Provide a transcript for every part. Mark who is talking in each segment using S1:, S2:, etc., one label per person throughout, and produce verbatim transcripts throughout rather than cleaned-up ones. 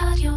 S1: רדיו.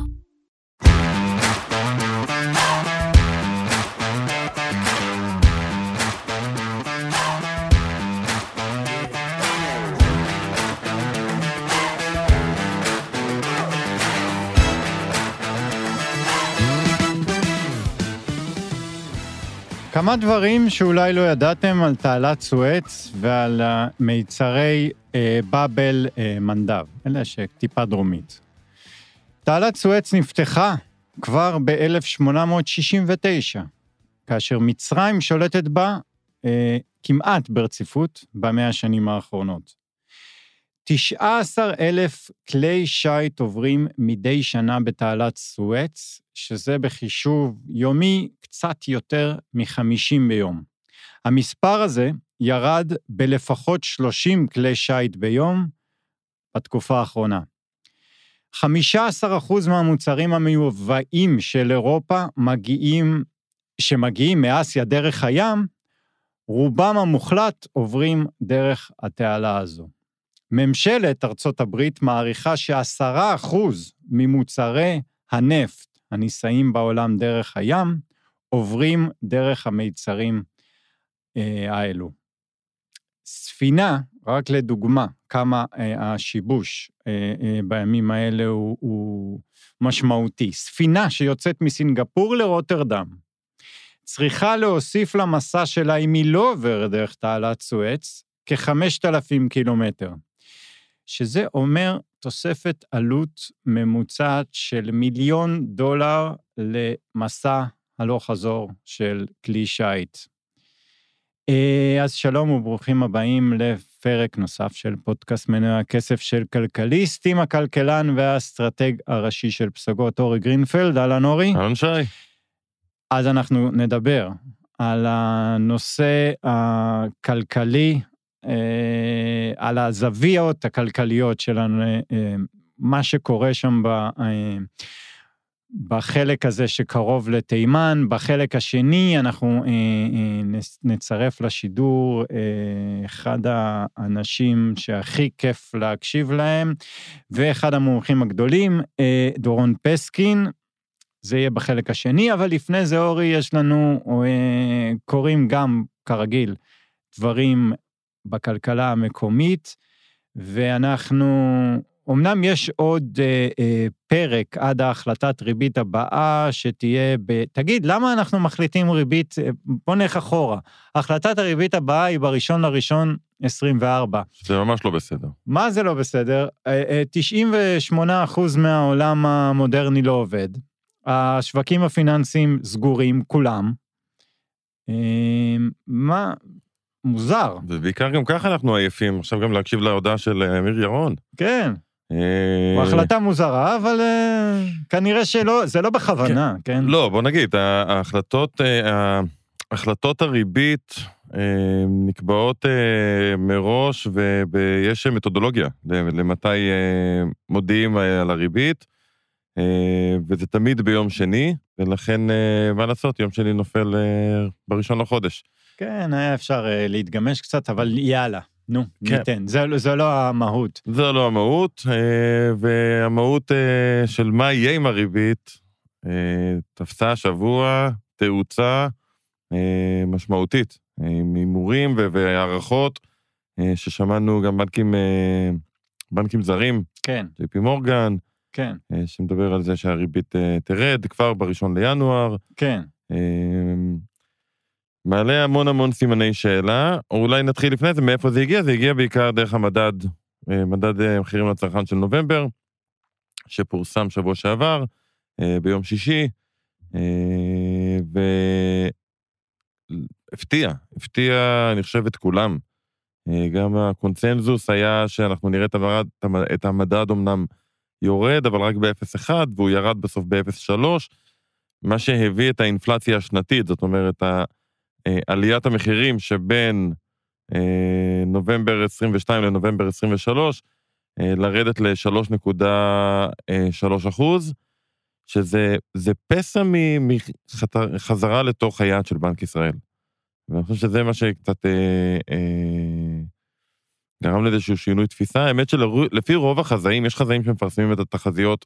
S2: כמה דברים שאולי לא ידעתם על תעלת סואץ ועל מיצרי אה, באבל אה, מנדב, אלה שטיפה דרומית. תעלת סואץ נפתחה כבר ב-אלף שמונה מאות שישים ותשע, כאשר מצרים שולטת בה אה, כמעט ברציפות במאה השנים האחרונות. תשעה עשר אלף כלי שייט עוברים מדי שנה בתעלת סואץ, שזה בחישוב יומי קצת יותר מ-חמישים ביום. המספר הזה ירד בלפחות שלושים כלי שייט ביום בתקופה האחרונה. חמישה עשר אחוז מהמוצרים המיובאים של אירופה מגיעים, שמגיעים מאסיה דרך הים, רובם המוחלט עוברים דרך התעלה הזו. ממשלת ארצות הברית מעריכה שעשרה אחוז ממוצרי הנפט הנישאים בעולם דרך הים, עוברים דרך המיצרים אה, האלו. ספינה, רק לדוגמה, כמה אה, השיבוש אה, אה, בימים האלה הוא, הוא משמעותי. ספינה שיוצאת מסינגפור לרוטרדם, צריכה להוסיף למסע שלה, אם היא לא עוברת דרך תעלת סואץ, כ-חמשת אלפים קילומטר. שזה אומר תוספת עלות ממוצעת של מיליון דולר למסע הלוך חזור של כלי שייט. אז שלום וברוכים הבאים לפרק נוסף של פודקאסט מנועי הכסף של כלכליסט, עם הכלכלן והאסטרטג הראשי של פסגות אורי גרינפלד. אהלן אורי.
S3: אהלן שי.
S2: אז אנחנו נדבר על הנושא הכלכלי, על הזוויות הכלכליות שלנו, מה שקורה שם בחלק הזה שקרוב לתימן. בחלק השני אנחנו נצרף לשידור אחד האנשים שהכי כיף להקשיב להם, ואחד המומחים הגדולים, דורון פסקין. זה יהיה בחלק השני, אבל לפני זה אורי, יש לנו, קוראים גם כרגיל דברים בכלכלה המקומית, ואנחנו, אמנם יש עוד אה, אה, פרק עד ההחלטת ריבית הבאה, שתהיה ב... תגיד, למה אנחנו מחליטים ריבית? בוא נלך אחורה. החלטת הריבית הבאה היא בראשון לראשון עשרים וארבע.
S3: זה ממש לא בסדר.
S2: מה זה לא בסדר? תשעים ושמונה אחוז מהעולם המודרני לא עובד. השווקים הפיננסיים סגורים, כולם. מה... מוזר.
S3: ובעיקר גם ככה אנחנו עייפים, עכשיו גם להקשיב להודעה של אמיר ירון.
S2: כן. החלטה מוזרה, אבל כנראה שלא, זה לא בכוונה, כן?
S3: לא, בוא נגיד, ההחלטות, ההחלטות הריבית נקבעות מראש, ויש מתודולוגיה למתי מודיעים על הריבית, וזה תמיד ביום שני, ולכן מה לעשות, יום שני נופל בראשון לחודש.
S2: כן, היה אפשר uh, להתגמש קצת, אבל יאללה, נו, כן. ניתן. זה, זה לא המהות.
S3: זה לא המהות, uh, והמהות uh, של מה יהיה עם הריבית, uh, תפסה שבוע, תאוצה uh, משמעותית, uh, עם הימורים והערכות, uh, ששמענו גם בנקים, uh, בנקים זרים,
S2: כן.
S3: ג'יי פי מורגן,
S2: כן.
S3: uh, שמדבר על זה שהריבית uh, תרד כבר בראשון לינואר.
S2: כן.
S3: Uh, מעלה המון המון סימני שאלה, או אולי נתחיל לפני זה, מאיפה זה הגיע? זה הגיע בעיקר דרך המדד, מדד מחירים לצרכן של נובמבר, שפורסם שבוע שעבר, ביום שישי, והפתיע, הפתיע, אני חושב, את כולם. גם הקונצנזוס היה שאנחנו נראה את המדד, את המדד אמנם יורד, אבל רק ב-אפס נקודה אחת, והוא ירד בסוף ב-אפס נקודה שלוש, מה שהביא את האינפלציה השנתית, זאת אומרת, עליית המחירים שבין נובמבר עשרים ושתיים לנובמבר עשרים ושלוש, לרדת ל-שלוש נקודה שלוש אחוז, שזה זה פסע מחזרה לתוך היעד של בנק ישראל. ואני חושב שזה מה שקצת אה, אה, גרם לאיזשהו שינוי תפיסה. האמת שלפי רוב החזאים, יש חזאים שמפרסמים את התחזיות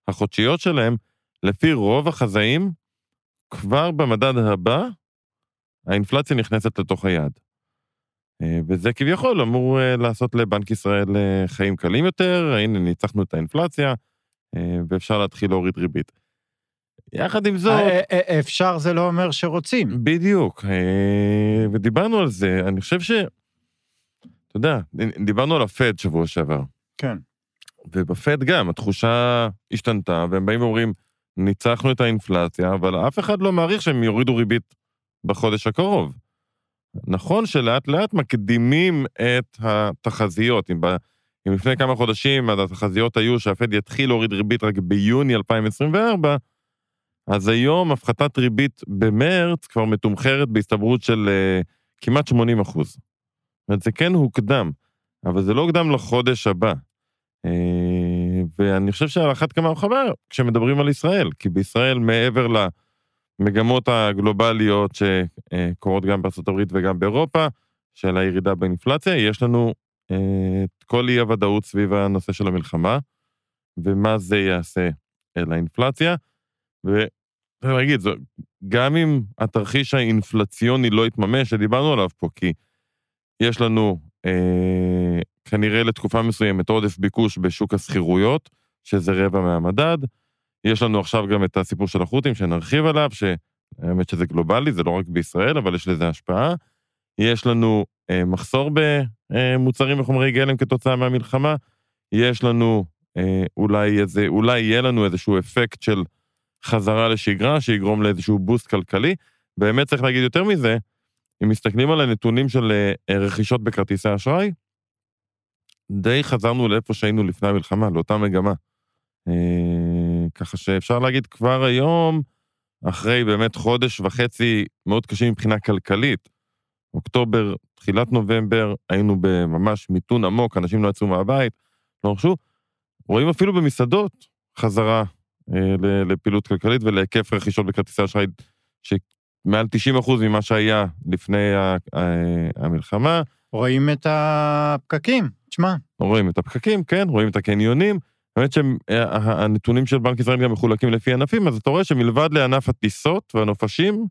S3: החודשיות שלהם, לפי רוב החזאים, כבר במדד הבא, האינפלציה נכנסת לתוך היעד. וזה כביכול אמור לעשות לבנק ישראל חיים קלים יותר, הנה ניצחנו את האינפלציה, ואפשר להתחיל להוריד ריבית. יחד עם זאת...
S2: אפשר זה לא אומר שרוצים.
S3: בדיוק, ודיברנו על זה, אני חושב ש... אתה יודע, דיברנו על הפד שבוע שעבר.
S2: כן.
S3: ובפד גם, התחושה השתנתה, והם באים ואומרים, ניצחנו את האינפלציה, אבל אף אחד לא מעריך שהם יורידו ריבית בחודש הקרוב. נכון שלאט לאט מקדימים את התחזיות. אם, ב... אם לפני כמה חודשים התחזיות היו שהפד יתחיל להוריד ריבית רק ביוני אלפיים עשרים וארבע, אז היום הפחתת ריבית במרץ כבר מתומחרת בהסתברות של uh, כמעט שמונים אחוז. זאת אומרת, זה כן הוקדם, אבל זה לא הוקדם לחודש הבא. Uh, ואני חושב שעל אחת כמה וכמה כשמדברים על ישראל, כי בישראל מעבר למגמות הגלובליות שקורות גם בארצות הברית וגם באירופה, של הירידה באינפלציה, יש לנו uh, כל אי הוודאות סביב הנושא של המלחמה, ומה זה יעשה לאינפלציה, ואני אגיד, גם אם התרחיש האינפלציוני לא יתממש, שדיברנו עליו פה, כי יש לנו אה, כנראה לתקופה מסוימת עודף ביקוש בשוק הסחירויות, שזה רבע מהמדד, יש לנו עכשיו גם את הסיפור של החות'ים, שנרחיב עליו, שהאמת שזה גלובלי, זה לא רק בישראל, אבל יש לזה השפעה, יש לנו אה, מחסור במוצרים וחומרי גלם כתוצאה מהמלחמה, יש לנו אה, אולי, איזה, אולי יהיה לנו איזשהו אפקט של חזרה לשגרה, שיגרום לאיזשהו בוסט כלכלי, באמת צריך להגיד יותר מזה, אם מסתכלים על הנתונים של רכישות בכרטיסי אשראי, די חזרנו לאיפה שהיינו לפני המלחמה, לאותה מגמה. ככה שאפשר להגיד כבר היום, אחרי באמת חודש וחצי מאוד קשים מבחינה כלכלית, אוקטובר, תחילת נובמבר, היינו בממש מיתון עמוק, אנשים לא יצאו מהבית, לא רשו, רואים אפילו במסעדות חזרה לפעילות כלכלית ולהיקף רכישות בכרטיסי אשראי, שמעל תשעים אחוז ממה שהיה לפני המלחמה.
S2: רואים את הפקקים, תשמע.
S3: רואים את הפקקים, כן, רואים את הקניונים, באמת שהנתונים של בנק ישראל גם מחולקים לפי ענפים, אז אתה רואה שמלבד לענף הטיסות והנופשים,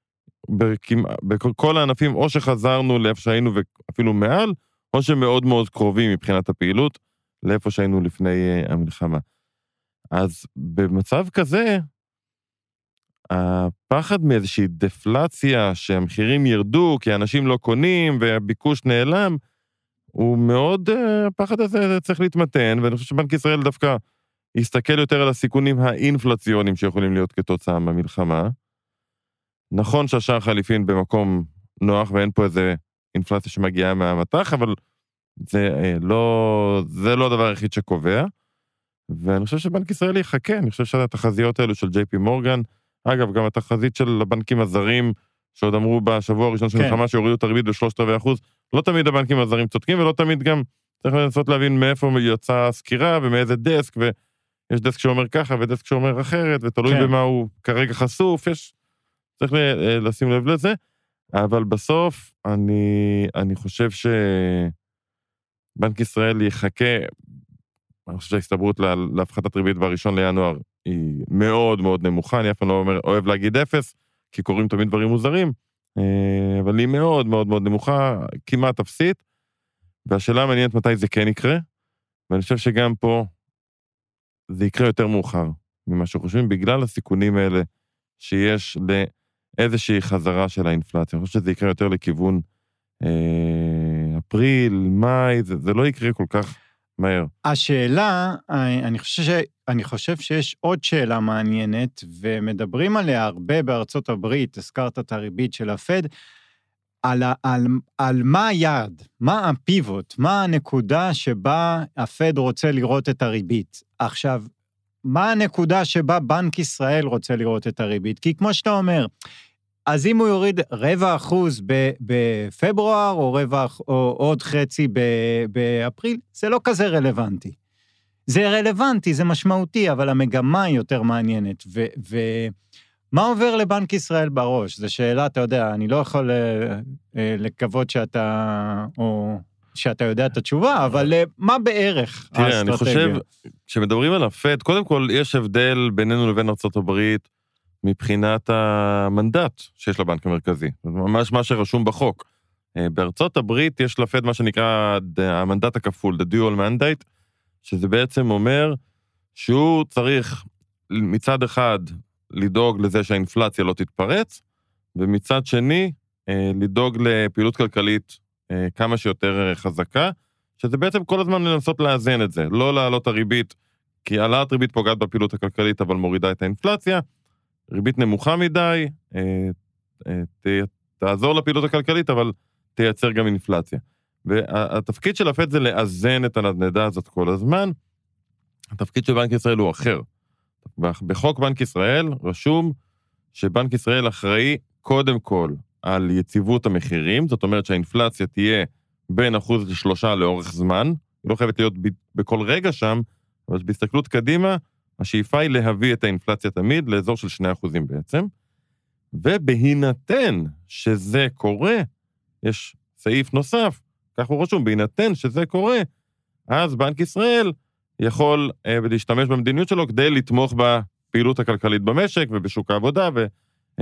S3: בכל הענפים או שחזרנו לאיפה שהיינו ואפילו מעל, או שמאוד מאוד קרובים מבחינת הפעילות, לאיפה שהיינו לפני המלחמה. אז במצב כזה, הפחד מאיזושהי דפלציה שהמחירים ירדו, כי האנשים לא קונים והביקוש נעלם, הוא מאוד, הפחד הזה צריך להתמתן, ואני חושב שבנק ישראל דווקא יסתכל יותר על הסיכונים האינפלציוניים שיכולים להיות כתוצאה מהמלחמה. נכון שהשער חליפין במקום נוח, ואין פה איזה אינפלציה שמגיעה מהמתח, אבל זה לא, זה לא הדבר היחיד שקובע, ואני חושב שבנק ישראל יחכה, אני חושב שהתחזיות האלו של ג'יי פי מורגן, אגב, גם התחזית של הבנקים הזרים, שעוד אמרו בשבוע הראשון של
S2: כן.
S3: מלחמה, שהורידו את הריבית בשלושת רבעי אחוז, לא תמיד הבנקים הזרים צודקים, ולא תמיד גם צריך לנסות להבין מאיפה יוצא הסקירה, ומאיזה דסק, ויש דסק שאומר ככה, ודסק שאומר אחרת, ותלוי כן. במה הוא כרגע חשוף, יש, צריך לשים לב לזה, אבל בסוף, אני, אני חושב שבנק ישראל יחכה, אני חושב שההסתברות להפחתת ריבית בראשון לינואר היא מאוד מאוד נמוכה, אני אף פעם לא אומר, אוהב להגיד אפס, כי קוראים תמיד דברים מוזרים, אבל היא מאוד מאוד מאוד נמוכה, כמעט אפסית, והשאלה מעניינת מתי זה כן יקרה, ואני חושב שגם פה זה יקרה יותר מאוחר ממה שחושבים, בגלל הסיכונים האלה שיש לאיזושהי חזרה של האינפלציה. אני חושב שזה יקרה יותר לכיוון אה, אפריל, מאי, זה, זה לא יקרה כל כך מהר.
S2: השאלה, אני חושב, ש... אני חושב שיש עוד שאלה מעניינת, ומדברים עליה הרבה בארצות הברית, הזכרת את הריבית של הפד, על, על, על מה היעד, מה הפיבוט, מה הנקודה שבה הפד רוצה לראות את הריבית. עכשיו, מה הנקודה שבה בנק ישראל רוצה לראות את הריבית? כי כמו שאתה אומר, אז אם הוא יוריד רבע אחוז בפברואר, או, רבע, או עוד חצי באפריל, זה לא כזה רלוונטי. זה רלוונטי, זה משמעותי, אבל המגמה היא יותר מעניינת. ו, ומה עובר לבנק ישראל בראש? זו שאלה, אתה יודע, אני לא יכול לקוות שאתה, או שאתה יודע את התשובה, אבל מה בערך
S3: האסטרטגיה? תראה, אני חושב, כשמדברים על הפד, קודם כל יש הבדל בינינו לבין ארצות הברית, מבחינת המנדט שיש לבנק המרכזי. ממש מה שרשום בחוק. בארצות הברית יש לפד מה שנקרא המנדט הכפול, the dual mandate, שזה בעצם אומר שהוא צריך מצד אחד לדאוג לזה שהאינפלציה לא תתפרץ, ומצד שני לדאוג לפעילות כלכלית כמה שיותר חזקה, שזה בעצם כל הזמן לנסות לאזן את זה, לא להעלות הריבית, כי העלאת ריבית פוגעת בפעילות הכלכלית, אבל מורידה את האינפלציה, ריבית נמוכה מדי, תעזור לפעילות הכלכלית, אבל תייצר גם אינפלציה. והתפקיד של הפד זה לאזן את הנדנדה הזאת כל הזמן, התפקיד של בנק ישראל הוא אחר. בחוק בנק ישראל רשום שבנק ישראל אחראי קודם כל על יציבות המחירים, זאת אומרת שהאינפלציה תהיה בין אחוז לשלושה לאורך זמן, היא לא חייבת להיות בכל רגע שם, אבל בהסתכלות קדימה, השאיפה היא להביא את האינפלציה תמיד לאזור של שני אחוזים בעצם, ובהינתן שזה קורה, יש סעיף נוסף, כך הוא רשום, בהינתן שזה קורה, אז בנק ישראל יכול אה, להשתמש במדיניות שלו כדי לתמוך בפעילות הכלכלית במשק ובשוק העבודה ו...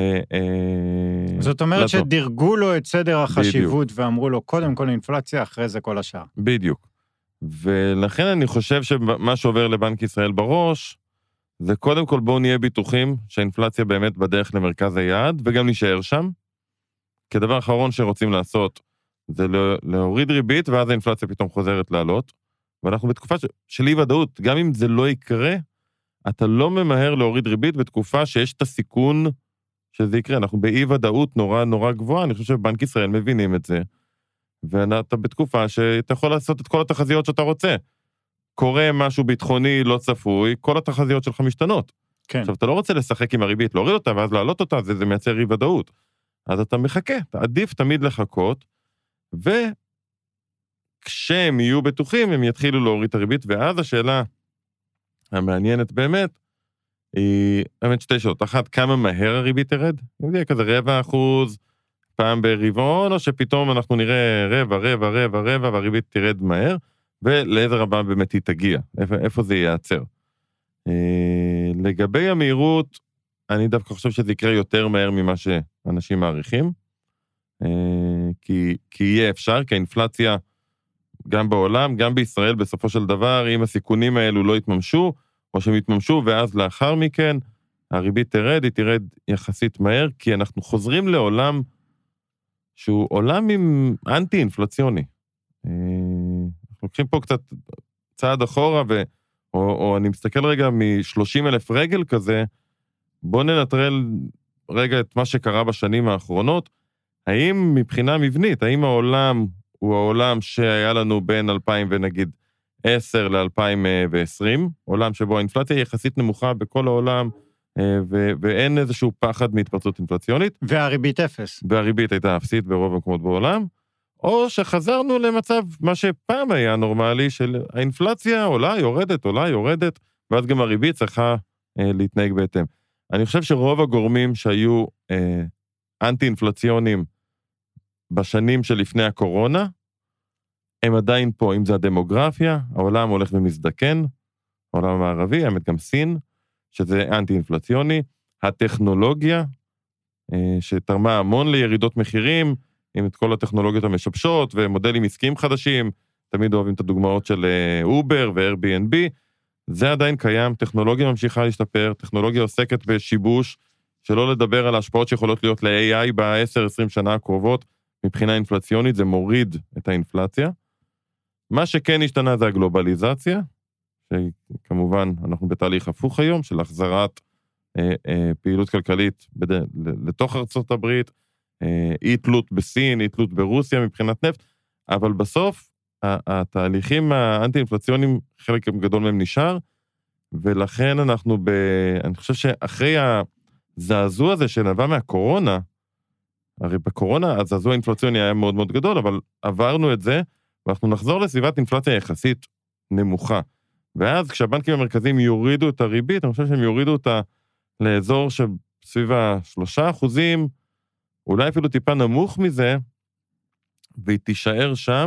S2: זאת אומרת שדירגו לו את סדר החשיבות ואמרו לו קודם כל אינפלציה, אחרי זה כל השאר.
S3: בדיוק. ולכן אני חושב שמה שעובר לבנק ישראל בראש, זה קודם כל בואו נהיה ביטוחים שהאינפלציה באמת בדרך למרכז היעד, וגם נשאר שם. כדבר אחרון שרוצים לעשות, זה להוריד ריבית, ואז האינפלציה פתאום חוזרת לעלות. ואנחנו בתקופה של אי ודאות, גם אם זה לא יקרה, אתה לא ממהר להוריד ריבית בתקופה שיש את הסיכון שזה יקרה. אנחנו באי ודאות נורא נורא גבוהה, אני חושב שבנק ישראל מבינים את זה, ואתה בתקופה שאתה יכול לעשות את כל התחזיות שאתה רוצה. קורה משהו ביטחוני לא צפוי, כל התחזיות שלך משתנות.
S2: כן.
S3: עכשיו, אתה לא רוצה לשחק עם הריבית, להוריד אותה ואז להעלות אותה, זה, זה מייצר אי ודאות. אז אתה מחכה, אתה עדיף תמיד לחכות, וכשהם יהיו בטוחים, הם יתחילו להוריד את הריבית, ואז השאלה המעניינת באמת, היא, באמת שתי שאלות, אחת, כמה מהר הריבית תרד? זה כזה רבע אחוז, פעם ברבעון, או שפתאום אנחנו נראה רבע, רבע, רבע, רבע, והריבית תרד מהר, ולאיזה רבה באמת היא תגיע, איפה, איפה זה ייעצר. לגבי המהירות, אני דווקא חושב שזה יקרה יותר מהר ממה שאנשים מעריכים, כי, כי יהיה אפשר, כי האינפלציה גם בעולם, גם בישראל בסופו של דבר, אם הסיכונים האלו לא יתממשו, או שהם יתממשו, ואז לאחר מכן, הריבית תרד, היא תרד יחסית מהר, כי אנחנו חוזרים לעולם, שהוא עולם עם אנטי-אינפלציוני. אנחנו לוקחים פה קצת צעד אחורה, ו, או, או אני מסתכל רגע מ-שלושים אלף רגל כזה, בוא ננטרל רגע את מה שקרה בשנים האחרונות, האם מבחינה מבנית, האם העולם הוא העולם שהיה לנו בין אלפיים ונגיד עשר ל-אלפיים ועשרים, עולם שבו האינפלציה היא יחסית נמוכה בכל העולם, ו- ואין איזשהו פחד מהתפרצות אינפלציונית.
S2: והריבית אפס.
S3: והריבית הייתה אפסית ברוב המקומות בעולם, או שחזרנו למצב מה שפעם היה נורמלי, של האינפלציה עולה, יורדת, עולה, יורדת, ואז גם הריבית צריכה אה, להתנהג בהתאם. אני חושב שרוב הגורמים שהיו אה, אנטי-אינפלציוניים בשנים שלפני הקורונה, הם עדיין פה, אם זה הדמוגרפיה, העולם הולך ומזדקן, העולם המערבי, האמת גם סין, שזה אנטי-אינפלציוני, הטכנולוגיה, שתרמה המון לירידות מחירים, עם את כל הטכנולוגיות המשבשות, ומודלים עסקיים חדשים, תמיד אוהבים את הדוגמאות של אובר ו-Airbnb, זה עדיין קיים, טכנולוגיה ממשיכה להשתפר, טכנולוגיה עוסקת בשיבוש, שלא לדבר על ההשפעות שיכולות להיות ל-איי איי ב-עשר עשרים שנה הקרובות, מבחינה אינפלציונית, זה מוריד את האינפלציה. מה שכן השתנה זה הגלובליזציה, שכמובן אנחנו בתהליך הפוך היום, של החזרת אה, אה, פעילות כלכלית בד... לתוך ארצות הברית, אה, אי תלות בסין, אי תלות ברוסיה מבחינת נפט, אבל בסוף התהליכים האנטי-אינפלציוניים, חלק גדול מהם נשאר, ולכן אנחנו ב... אני חושב שאחרי הזעזוע הזה שנבע מהקורונה, הרי בקורונה הזעזוע האינפלציוני היה מאוד מאוד גדול, אבל עברנו את זה, ואנחנו נחזור לסביבת אינפלציה יחסית נמוכה. ואז כשהבנקים המרכזיים יורידו את הריבית, אני חושב שהם יורידו אותה לאזור שסביב השלושה אחוזים, אולי אפילו טיפה נמוך מזה, והיא תישאר שם,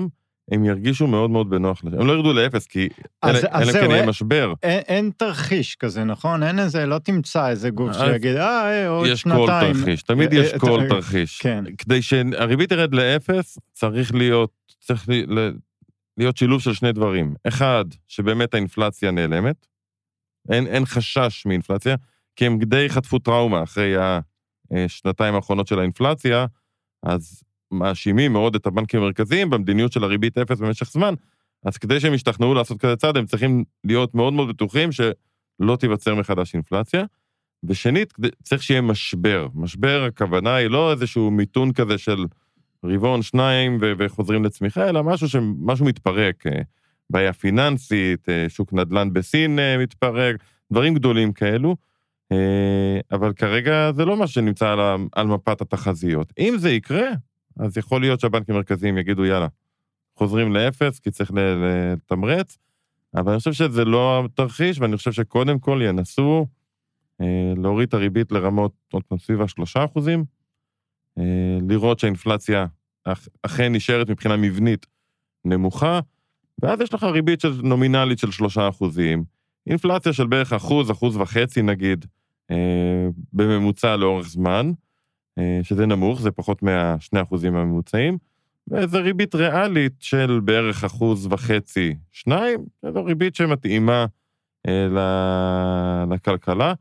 S3: הם ירגישו מאוד מאוד בנוח. הם לא ירדו לאפס, כי אלא כן יהיה משבר.
S2: אין תרחיש כזה, נכון? אין איזה, לא תמצא איזה גוף שיגיד, אה, עוד שנתיים.
S3: יש כל תרחיש, תמיד יש כל תרחיש. כדי שהריבית ירד לאפס, צריך להיות, צריך להיות שילוב של שני דברים. אחד, שבאמת האינפלציה נעלמת, אין חשש מאינפלציה, כי הם די חטפו טראומה אחרי השנתיים האחרונות של האינפלציה, אז מאשימים מאוד את הבנקים המרכזיים במדיניות של הריבית אפס במשך זמן, אז כדי שהם ישתכנעו לעשות כזה צעד, הם צריכים להיות מאוד מאוד בטוחים שלא תיווצר מחדש אינפלציה, ושנית, צריך שיהיה משבר. משבר, הכוונה היא לא איזשהו מיתון כזה של רבעון, שניים, ו- וחוזרים לצמיחה, אלא משהו שמשהו מתפרק, בעיה פיננסית, שוק נדל"ן בסין מתפרק, דברים גדולים כאלו, אבל כרגע זה לא מה שנמצא על, על מפת התחזיות. אם זה יקרה, אז יכול להיות שהבנקים המרכזיים יגידו, יאללה, חוזרים לאפס, כי צריך לתמרץ, אבל אני חושב שזה לא תרחיש, ואני חושב שקודם כל ינסו אה, להוריד את הריבית לרמות עוד פעם סביב השלושה אחוזים, אה, לראות שהאינפלציה אכ, אכן נשארת מבחינה מבנית נמוכה, ואז יש לך ריבית של, נומינלית של שלושה אחוזים, אינפלציה של בערך אחוז, אחוז וחצי נגיד, אה, בממוצע לאורך זמן, שזה נמוך, זה פחות מה-שני אחוזים הממוצעים, ואיזו ריבית ריאלית של בערך אחוז וחצי, שניים, זו ריבית שמתאימה לכלכלה.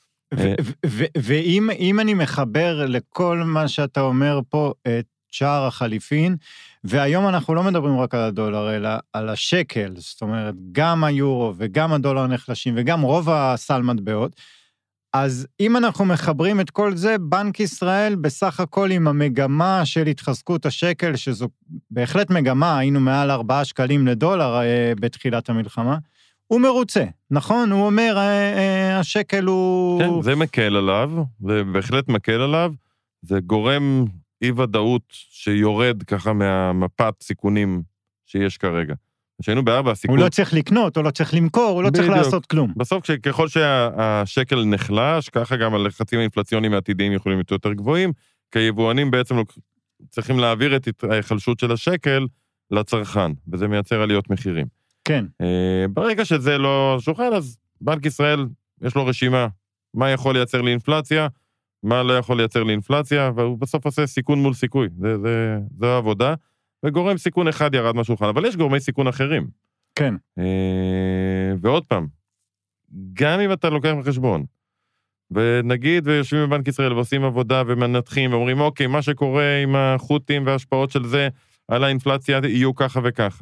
S2: ואם אני מחבר לכל מה שאתה אומר פה את שער החליפין, והיום אנחנו לא מדברים רק על הדולר, אלא על השקל, זאת אומרת, גם היורו וגם הדולר נחלשים, וגם רוב הסל מטבעות, אז אם אנחנו מחברים את כל זה, בנק ישראל בסך הכל עם המגמה של התחזקות השקל, שזו בהחלט מגמה, היינו מעל ארבעה שקלים לדולר אה, בתחילת המלחמה, הוא מרוצה, נכון? הוא אומר, אה, אה, השקל הוא...
S3: כן, זה מקל עליו, זה בהחלט מקל עליו, זה גורם אי ודאות שיורד ככה מהמפת סיכונים שיש כרגע. שהיינו בארבע, הסיכון...
S2: הוא לא צריך לקנות, הוא לא צריך למכור, הוא לא צריך לעשות כלום.
S3: בסוף, ככל שהשקל נחלש, ככה גם הלחצים האינפלציוניים העתידיים יכולים להיות יותר גבוהים, כי היבואנים בעצם צריכים להעביר את ההיחלשות של השקל לצרכן, וזה מייצר עליות מחירים.
S2: כן.
S3: ברגע שזה לא שולחן, אז בנק ישראל, יש לו רשימה, מה יכול לייצר לאינפלציה, מה לא יכול לייצר לאינפלציה, והוא בסוף עושה סיכון מול סיכוי. זה, זה, זה העבודה. וגורם סיכון אחד ירד מהשולחן, אבל יש גורמי סיכון אחרים.
S2: כן.
S3: ועוד פעם, גם אם אתה לוקח בחשבון, ונגיד ויושבים בבנק ישראל ועושים עבודה ומנתחים, ואומרים, אוקיי, מה שקורה עם החוטים וההשפעות של זה על האינפלציה יהיו ככה וככה.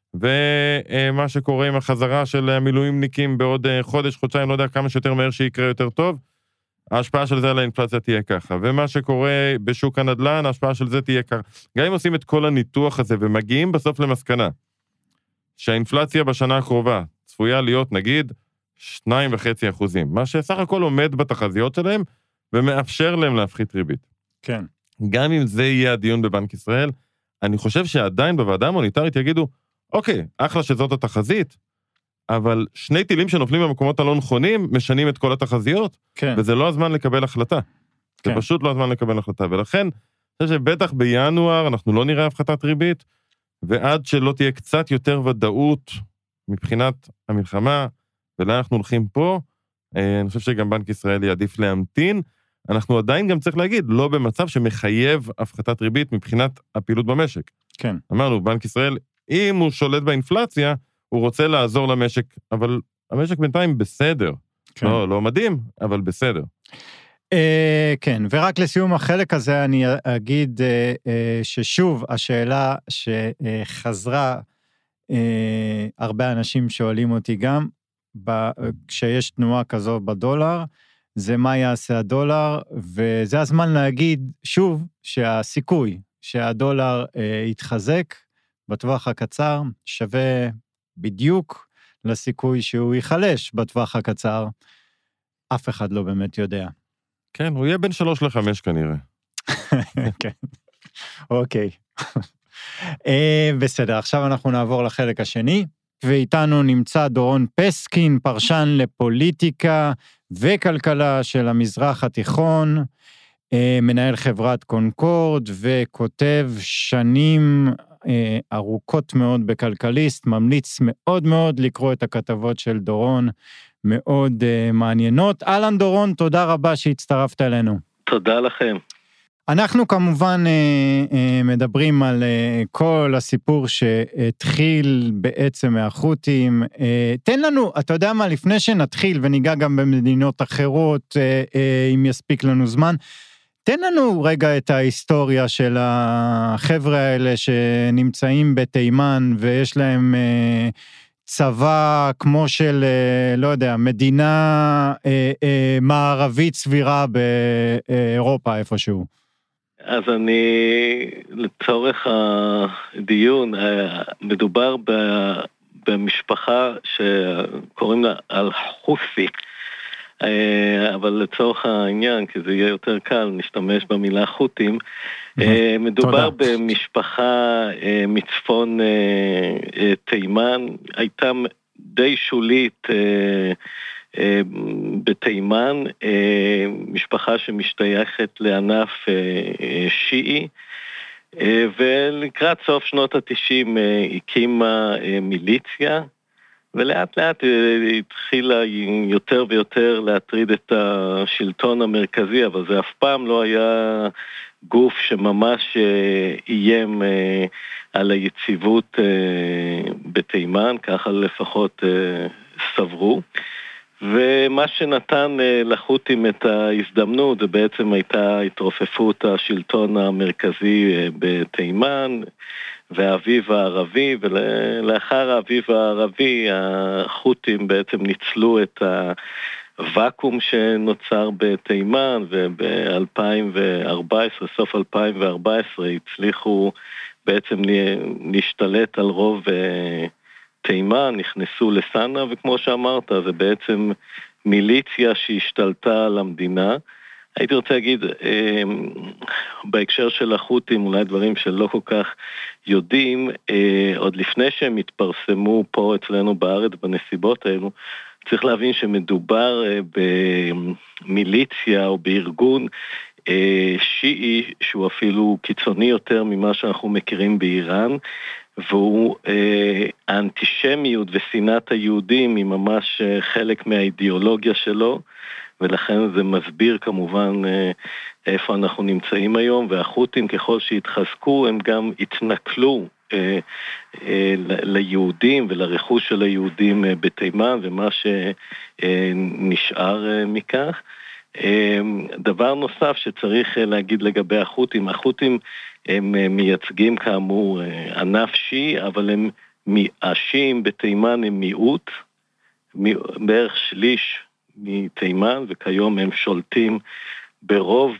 S3: ומה שקורה עם החזרה של המילואימניקים בעוד חודש, חודשיים, לא יודע כמה שיותר מהר שיקרה יותר טוב, ההשפעה של זה על האינפלציה תהיה ככה, ומה שקורה בשוק הנדל"ן, ההשפעה של זה תהיה ככה. גם אם עושים את כל הניתוח הזה, ומגיעים בסוף למסקנה, שהאינפלציה בשנה הקרובה צפויה להיות, נגיד, שניים וחצי אחוזים, מה שסך הכל עומד בתחזיות שלהם, ומאפשר להם להפחית ריבית.
S2: כן.
S3: גם אם זה יהיה הדיון בבנק ישראל, אני חושב שעדיין בוועדה המוניטרית יגידו, אוקיי, אחלה שזאת התחזית, אבל שני טילים שנופלים במקומות הלא נכונים, משנים את כל התחזיות,
S2: כן.
S3: וזה לא הזמן לקבל החלטה. כן. זה פשוט לא הזמן לקבל החלטה, ולכן, אני חושב שבטח בינואר אנחנו לא נראה הפחתת ריבית, ועד שלא תהיה קצת יותר ודאות מבחינת המלחמה, ולאן אנחנו הולכים פה, אני חושב שגם בנק ישראל יעדיף להמתין, אנחנו עדיין גם צריך להגיד, לא במצב שמחייב הפחתת ריבית מבחינת הפעילות במשק.
S2: כן.
S3: אמרנו, בנק ישראל, אם הוא שולט באינפלציה, הוא רוצה לעזור למשק, אבל המשק בינתיים בסדר. כן. לא, לא מדהים, אבל בסדר.
S2: אה, כן, ורק לסיום החלק הזה אני אגיד אה, אה, ששוב, השאלה שחזרה, אה, הרבה אנשים שואלים אותי גם, ב, כשיש תנועה כזו בדולר, זה מה יעשה הדולר, וזה הזמן להגיד שוב, שהסיכוי שהדולר אה, יתחזק, בטווח הקצר, שווה בדיוק לסיכוי שהוא ייחלש בטווח הקצר. אף אחד לא באמת יודע.
S3: כן, הוא יהיה בין שלוש לחמש כנראה.
S2: כן, אוקיי. בסדר, עכשיו אנחנו נעבור לחלק השני, ואיתנו נמצא דורון פסקין, פרשן לפוליטיקה וכלכלה של המזרח התיכון, מנהל חברת קונקורד, וכותב שנים ארוכות מאוד בכלכליסט, ממליץ מאוד מאוד לקרוא את הכתבות של דורון, מאוד מעניינות. אלן דורון, תודה רבה שהצטרפת אלינו.
S1: תודה לכם.
S2: אנחנו כמובן מדברים על כל הסיפור שהתחיל בעצם מהחות'ים. תן לנו, אתה יודע מה, לפני שנתחיל וניגע גם במדינות אחרות, אם יספיק לנו זמן, תן לנו רגע את ההיסטוריה של החבר'ה האלה שנמצאים בתימן ויש להם צבא כמו של, לא יודע, מדינה מערבית סבירה באירופה איפשהו.
S1: אז אני, לצורך הדיון, מדובר במשפחה שקוראים לה אל-חות'י, אבל לצורך העניין, כי זה יהיה יותר קל, נשתמש במילה חות'ים, מדובר במשפחה מצפון תימן, הייתה די שולית בתימן, משפחה שמשתייכת לענף שיעי, ולקראת סוף שנות התשעים הקימה מיליציה, ולאט לאט התחילה יותר ויותר להטריד את השלטון המרכזי, אבל זה אף פעם לא היה גוף שממש איים על היציבות בתימן, ככה לפחות סברו. ומה שנתן לחות'ים את ההזדמנות, זה בעצם הייתה התרופפות השלטון המרכזי בתימן, והאביב הערבי, ולאחר האביב הערבי, החות'ים בעצם ניצלו את הוואקום שנוצר בתימן, וב-אלפיים וארבע עשרה, סוף אלפיים וארבע עשרה, הצליחו בעצם להשתלט על רוב תימן, נכנסו לסנה, וכמו שאמרת, זה בעצם מיליציה שהשתלטה על המדינה. הייתי רוצה להגיד, בהקשר של החות'ים, אולי דברים שלא כל כך יודעים, עוד לפני שהם התפרסמו פה אצלנו בארץ בנסיבות האלו, צריך להבין שמדובר במיליציה או בארגון שיעי, שהוא אפילו קיצוני יותר ממה שאנחנו מכירים באיראן, והוא האנטישמיות ושנאת היהודים היא ממש חלק מהאידיאולוגיה שלו, ולכן זה מסביר כמובן איפה אנחנו נמצאים היום, והחות'ים ככל שהתחזקו הם גם התנכלו ליהודים ולרכוש של היהודים בתימן, ומה שנשאר מכך. דבר נוסף שצריך להגיד לגבי החות'ים, החות'ים הם מייצגים כאמור ענף שיעי, אבל הם השיעים בתימן הם מיעוט, בערך שליש מתימן, וכיום הם שולטים ברוב,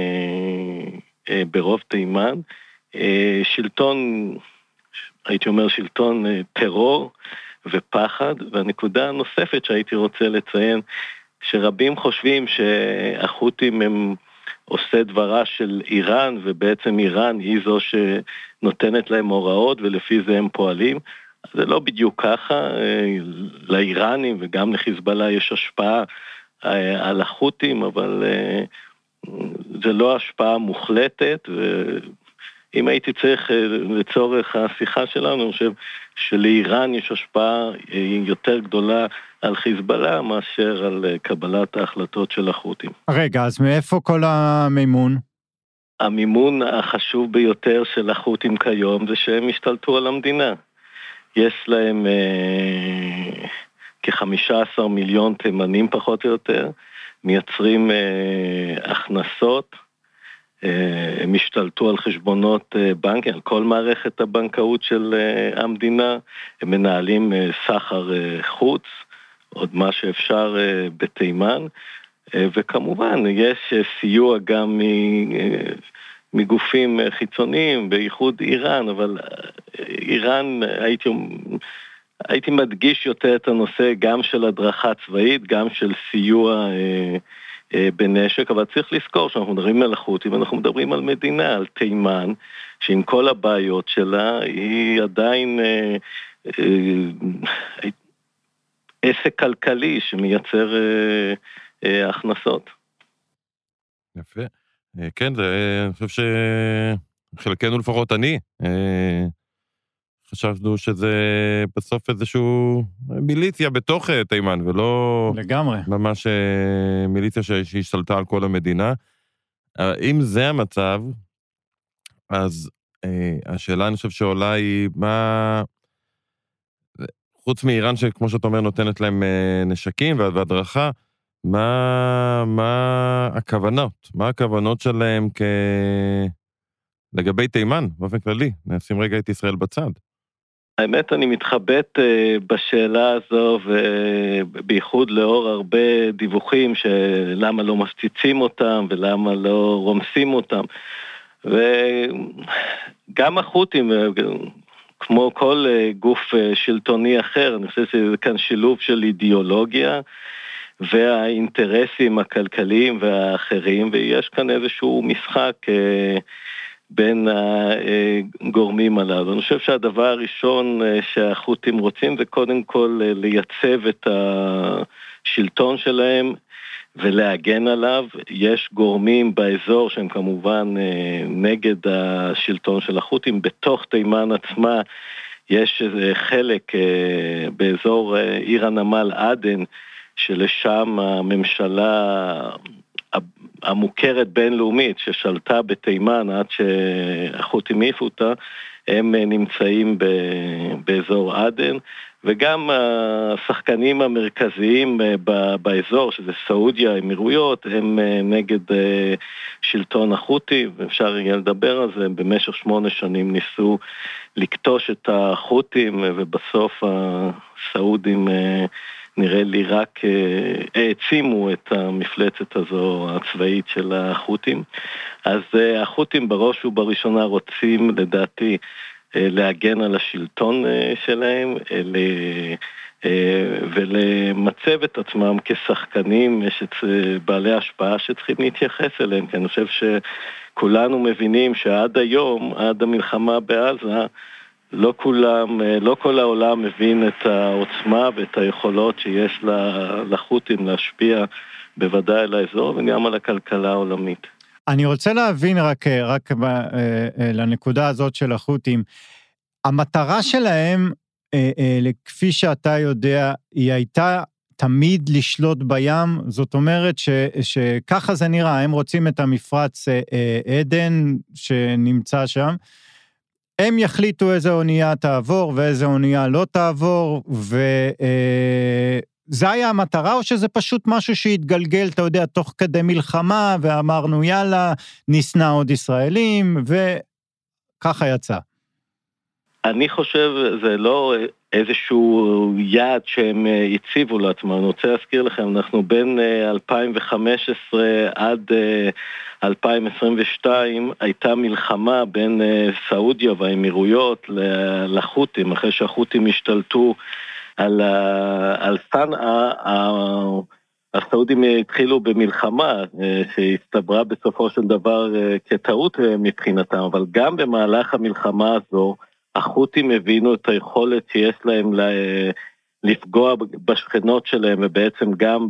S1: ברוב תימן. שלטון, הייתי אומר שלטון טרור ופחד, והנקודה הנוספת שהייתי רוצה לציין, שרבים חושבים שהחות'ים הם עושה דברה של איראן, ובעצם איראן היא זו שנותנת להם הוראות, ולפי זה הם פועלים. זה לא בדיוק ככה, לאיראנים וגם לחיזבאללה יש השפעה על החות'ים, אבל זה לא השפעה מוחלטת, ואם הייתי צריך לצורך השיחה שלנו, אני חושב שלאיראן יש השפעה יותר גדולה על חיזבאללה מאשר על קבלת ההחלטות של החות'ים.
S2: רגע, אז מאיפה כל המימון?
S1: המימון החשוב ביותר של החות'ים כיום זה שהם השתלטו על המדינה. יש להם אה, כ-חמישה עשר מיליון תימנים פחות או יותר, מייצרים אה, הכנסות, אה, הם השתלטו על חשבונות אה, בנקים, על כל מערכת הבנקאות של אה, המדינה, הם מנהלים אה, סחר אה, חוץ, עוד מה שאפשר אה, בתימן, אה, וכמובן יש אה, סיוע גם מ... אה, מגופים חיצוניים, בייחוד איראן, אבל איראן, הייתי, הייתי מדגיש יותר את הנושא גם של הדרכה צבאית, גם של סיוע אה, אה, בנשק, אבל צריך לזכור שאנחנו מדברים על החות'ים, אנחנו מדברים על מדינה, על תימן, שעם כל הבעיות שלה, היא עדיין אה, אה, עסק כלכלי שמייצר אה, אה, הכנסות.
S3: יפה. כן, זה, אני חושב שחלקנו לפחות אני, חשבנו שזה בסוף איזשהו מיליציה בתוך תימן, ולא...
S2: לגמרי.
S3: ממש מיליציה שהשתלטה על כל המדינה. אם זה המצב, אז השאלה, אני חושב שעולה היא, מה... חוץ מאיראן, שכמו שאתה אומר, נותנת להם נשקים והדרכה, מה, מה הכוונות? מה הכוונות שלהם כ... לגבי תימן, באופן כללי? נשים רגע את ישראל בצד.
S1: האמת, אני מתחבט בשאלה הזו, ובייחוד לאור הרבה דיווחים שלמה לא מפציצים אותם, ולמה לא רומסים אותם. וגם החות'ים, כמו כל גוף שלטוני אחר, אני חושב שזה כאן שילוב של אידיאולוגיה, והאינטרסים הכלכליים והאחרים, ויש כאן איזשהו משחק בין הגורמים עליו. אני חושב שהדבר הראשון שהחות'ים רוצים זה קודם כל לייצב את השלטון שלהם ולהגן עליו. יש גורמים באזור שהם כמובן נגד השלטון של החות'ים. בתוך תימן עצמה יש חלק באזור עיר הנמל עדן, שלשם הממשלה המוכרת בינלאומית ששלטה בתימן עד שהחות'ים העיפו אותה, הם נמצאים באזור עדן, וגם השחקנים המרכזיים באזור, שזה סעודיה, האמירויות, הם נגד שלטון החות'י, ואפשר לדבר על זה. במשך שמונה שנים ניסו לקטוש את החות'ים, ובסוף הסעודים נראה לי רק העצימו את המפלצת הזו הצבאית של החות'ים. אז החות'ים בראש ובראשונה רוצים, לדעתי, להגן על השלטון שלהם ולמצב את עצמם כשחקנים, יש את בעלי השפעה שצריכים להתייחס אליהם, כי אני חושב שכולנו מבינים שעד היום, עד המלחמה בעזה, לא כולם, לא כל העולם מבין את העוצמה ואת היכולות שיש לחות'ים להשפיע בוודאי על האזור וגם על הכלכלה העולמית.
S2: אני רוצה להבין רק, רק לנקודה הזאת של החות'ים, המטרה שלהם, כפי שאתה יודע, היא הייתה תמיד לשלוט בים, זאת אומרת ש, שככה זה נראה, הם רוצים את המפרץ עדן שנמצא שם, הם יחליטו איזה אונייה תעבור ואיזה אונייה לא תעבור, וזה היה המטרה, או שזה פשוט משהו שהתגלגל, אתה יודע, תוך כדי מלחמה, ואמרנו יאללה, נסנה עוד ישראלים, וככה יצא.
S1: אני חושב, זה לא איזשהו יעד שהם הציבו לעצמם. אני רוצה להזכיר לכם, אנחנו בין אלפיים וחמש עשרה עד אלפיים עשרים ושתיים, הייתה מלחמה בין סעודיה והאמירויות לחות'ים, אחרי שהחות'ים השתלטו על, על סנעה, הסעודים התחילו במלחמה שהסתברה בסופו של דבר כטעות מבחינתם, אבל גם במהלך המלחמה הזו, החות'ים הבינו את היכולת שיש להם לפגוע בשכנות שלהם, ובעצם גם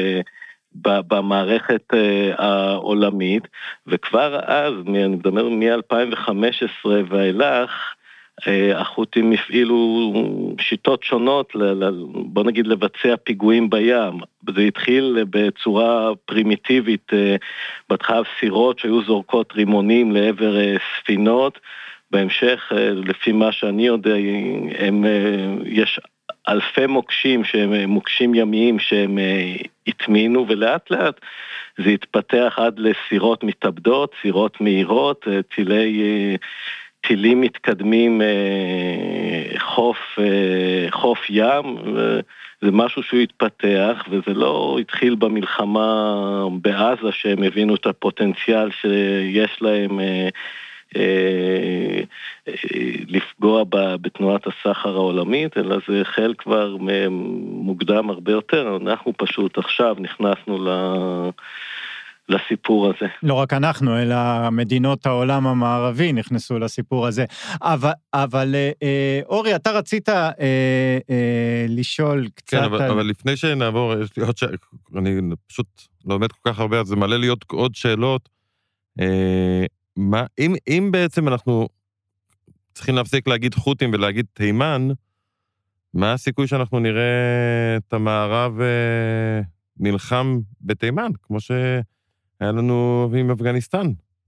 S1: במערכת העולמית, וכבר אז, אני מדבר מ-אלפיים וחמש עשרה ואילך, החות'ים הפעילו שיטות שונות, בוא נגיד לבצע פיגועים בים. זה התחיל בצורה פרימיטיבית, בהתחלה סירות שהיו זורקות רימונים לעבר ספינות, בהמשך, לפי מה שאני יודע, הם, יש אלפי מוקשים שהם מוקשים ימיים שהם התמינו, ולאט לאט זה התפתח עד לסירות מתאבדות, סירות מהירות, טילי, טילים מתקדמים חוף, חוף ים, זה משהו שהוא התפתח, וזה לא התחיל במלחמה בעזה שהם הבינו את הפוטנציאל שיש להם לפגוע בתנועת הסחר העולמית, אלא זה החל כבר מוקדם הרבה יותר. אנחנו פשוט עכשיו נכנסנו לסיפור הזה.
S2: לא רק אנחנו, אלא מדינות העולם המערבי נכנסו לסיפור הזה. אבל, אבל אורי, אתה רצית אה, אה, לשאול קצת...
S3: כן, אבל,
S2: על...
S3: אבל לפני שנעבור, יש לי עוד ש... אני פשוט לומד כל כך הרבה, אז זה מלא להיות עוד שאלות. אה, מה, אם, אם בעצם אנחנו צריכים להפסיק להגיד חות'ים ולהגיד תימן, מה הסיכוי שאנחנו נראה את המערב נלחם בתימן, כמו שהיה לנו עם אפגניסטן?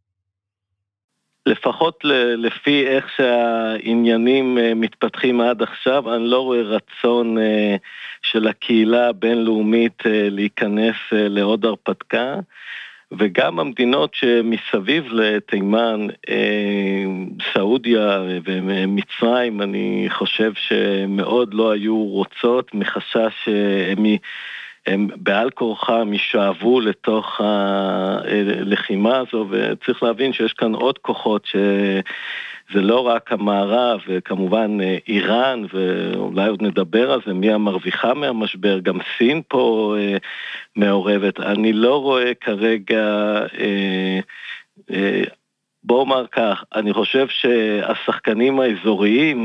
S1: לפחות לפי איך שהעניינים מתפתחים עד עכשיו, אני לא רואה רצון של הקהילה הבינלאומית להיכנס לעוד הרפתקה, וגם המדינות שמסביב לתימן, סעודיה ומצרים, אני חושב שמאוד לא היו רוצות, מחשש שהם הם בעל כורחם ישאבו לתוך הלחימה הזו, וצריך להבין שיש כאן עוד כוחות שזה לא רק המערב, וכמובן איראן, ואולי עוד נדבר על זה, מי המרוויחה מהמשבר, גם סין פה מעורבת. אני לא רואה כרגע, בואו אומר כך, אני חושב שהשחקנים האזוריים,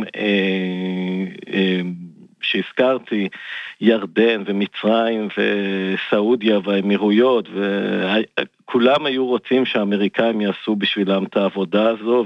S1: שהזכרתי, ירדן ומצרים וסעודיה והאמירויות, וכולם היו רוצים שהאמריקאים יעשו בשבילם את העבודה הזו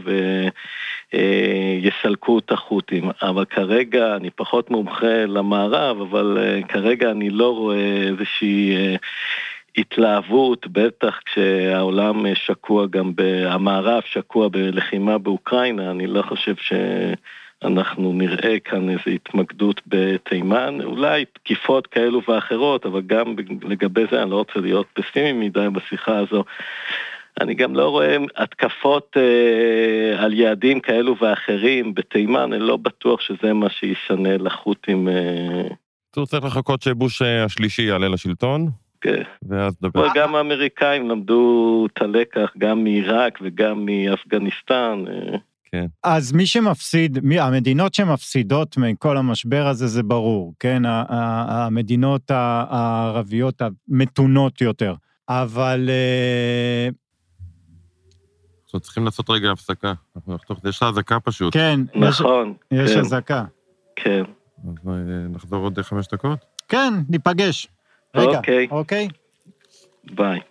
S1: ויסלקו את החות'ים. אבל כרגע אני פחות מומחה למערב, אבל כרגע אני לא רואה איזושהי התלהבות, בטח כשהעולם שקוע גם, המערב שקוע בלחימה באוקראינה, אני לא חושב ש... אנחנו נראה כאן איזו התמקדות בתימן, אולי תקיפות כאלו ואחרות, אבל גם לגבי זה אני לא רוצה להיות פסימי מדי בשיחה הזו. אני גם לא רואה התקפות אה, על יעדים כאלו ואחרים בתימן, אני לא בטוח שזה מה שישנה לחות'ים. אה...
S3: אתה צריך לחכות שבוש השלישי יעלה לשלטון?
S1: כן.
S3: ואז דבר.
S1: גם האמריקאים למדו את הלקח, גם מעיראק וגם מאפגניסטן. אה...
S2: כן. אז מי שמפסיד, מי, המדינות שמפסידות מכל המשבר הזה, זה ברור, כן? המדינות הערביות המתונות יותר. אבל...
S3: אנחנו צריכים לעשות רגע הפסקה. יש לה הזקה פשוט.
S2: כן.
S1: נכון.
S2: יש הזקה.
S1: כן.
S3: אז נחזור עוד חמש דקות?
S2: כן, ניפגש. רגע.
S1: אוקיי.
S2: אוקיי.
S1: ביי.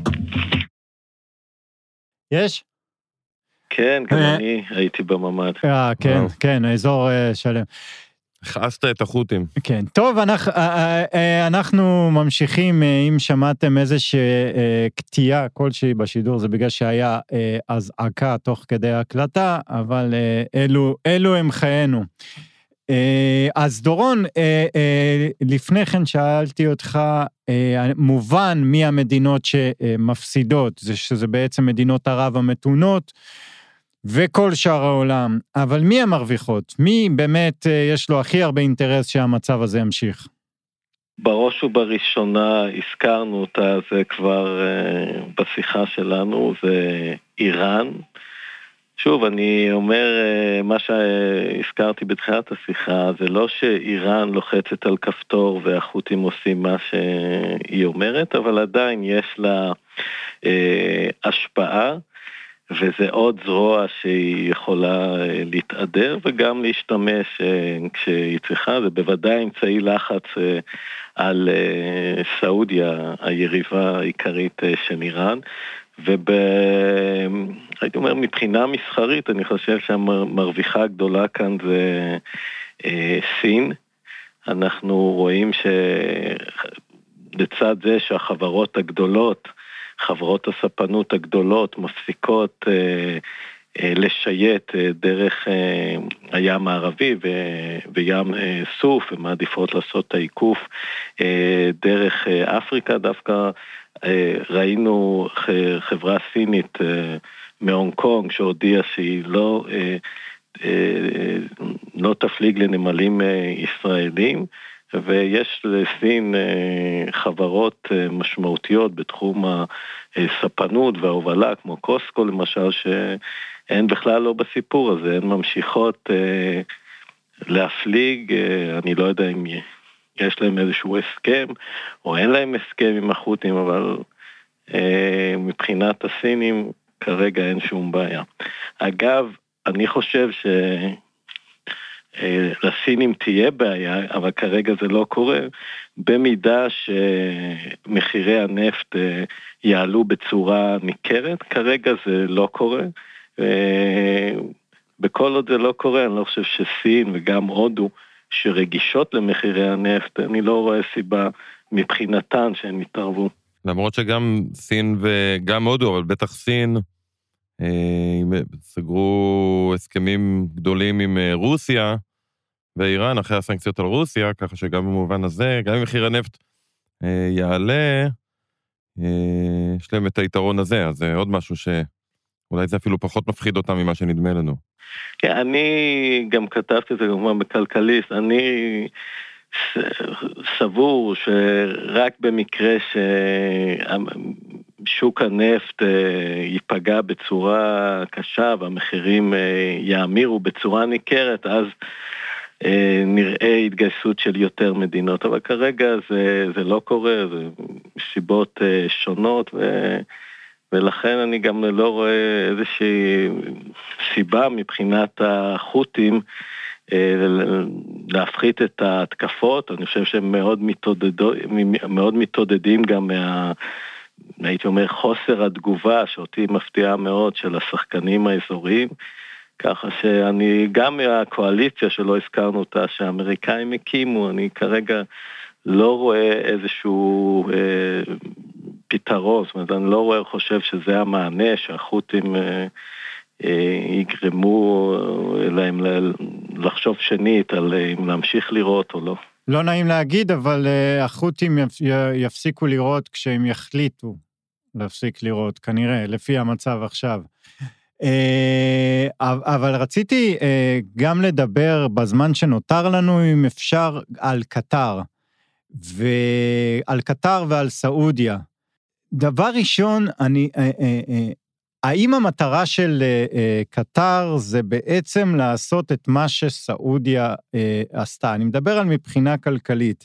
S2: יש?
S1: כן, גם אני הייתי בממד.
S2: אה, כן, כן, האזור שלם.
S3: הכעסת את החות'ים.
S2: כן, טוב, אנחנו ממשיכים, אם שמעתם איזושהי קטיעה כלשהי בשידור, זה בגלל שהיה אזעקה תוך כדי הקלטה, אבל אלו הם חיינו. אז דורון, לפני כן שאלתי אותך, מובן מי המדינות שמפסידות, זה שזה בעצם מדינות ערב המתונות, וכל שאר העולם, אבל מי המרוויחות? מי באמת יש לו הכי הרבה אינטרס שהמצב הזה ימשיך?
S1: בראש ובראשונה הזכרנו אותה, זה כבר בשיחה שלנו, זה איראן. שוב, אני אומר, מה שהזכרתי בתחילת השיחה, זה לא שאיראן לוחצת על כפתור והחות'ים עושים מה שהיא אומרת, אבל עדיין יש לה אה, השפעה, וזה עוד זרוע שהיא יכולה להתעדר וגם להשתמש כשהיא צריכה, זה בוודאי אמצעי לחץ על סעודיה, היריבה העיקרית של איראן, והייתי אומר מבחינה מסחרית, אני חושב שהמרוויחה הגדולה כאן זה סין. אנחנו רואים שלצד זה שהחברות הגדולות, חברות הספנות הגדולות מפסיקות אה, אה, לשייט אה, דרך אה, הים הערבי ו- וים אה, סוף, ומעדיפות לעשות את העיקוף אה, דרך אה, אפריקה. דווקא אה, ראינו ח- חברה סינית אה, מהונג קונג שהודיעה שהיא לא, אה, אה, לא תפליג לנמלים אה, ישראלים, ויש לסין חברות משמעותיות בתחום הספנות וההובלה, כמו קוסקו למשל, שהן בכלל לא בסיפור הזה, הן ממשיכות להפליג, אני לא יודע אם יש להם איזשהו הסכם, או אין להם הסכם עם החות'ים, אבל מבחינת הסינים כרגע אין שום בעיה. אגב, אני חושב ש... לסינים תהיה בעיה, אבל כרגע זה לא קורה, במידה שמחירי הנפט יעלו בצורה ניכרת, כרגע זה לא קורה, בכל עוד זה לא קורה, אני לא חושב שסין וגם הודו, שרגישות למחירי הנפט, אני לא רואה סיבה מבחינתן שהן יתערבו.
S3: למרות שגם סין וגם הודו, אבל בטח סין, אה, סגרו הסכמים גדולים עם רוסיה ואיראן, אחרי הסנקציות על רוסיה, ככה שגם במובן הזה, גם אם מחיר הנפט אה, יעלה, אה, יש להם את היתרון הזה, אז זה עוד משהו שאולי זה אפילו פחות מפחיד אותם ממה שנדמה לנו.
S1: כן, אני גם כתבתי את זה כמובן בכלכליסט, אני סבור שרק במקרה ששוק הנפט ייפגע בצורה קשה והמחירים יאמירו בצורה ניכרת, אז נראה התגייסות של יותר מדינות, אבל כרגע זה, זה לא קורה, זה סיבות שונות ו... ולכן אני גם לא רואה איזושהי סיבה מבחינת החות'ים להפחית את ההתקפות. אני חושב שהם מאוד מתעודדים, מאוד מתעודדים גם מה, הייתי אומר, חוסר התגובה, שאותי מפתיעה מאוד, של השחקנים האזוריים, ככה שאני, גם מהקואליציה שלא הזכרנו אותה, שהאמריקאים הקימו, אני כרגע לא רואה איזשהו אה, פתרון, זאת אומרת, אני לא רואה, חושב שזה המענה, שהחות'ים אה, אה, יגרמו להם לחשוב שנית על אם להמשיך לראות או לא.
S2: לא נעים להגיד, אבל אה, החות'ים יפסיקו לראות כשהם יחליטו להפסיק לראות, כנראה, לפי המצב עכשיו. אבל רציתי גם לדבר בזמן שנותר לנו, אם אפשר, על קטר, ועל קטר ועל סעודיה. דבר ראשון, אני, האם המטרה של קטר זה בעצם לעשות את מה שסעודיה עשתה? אני מדבר על מבחינה כלכלית.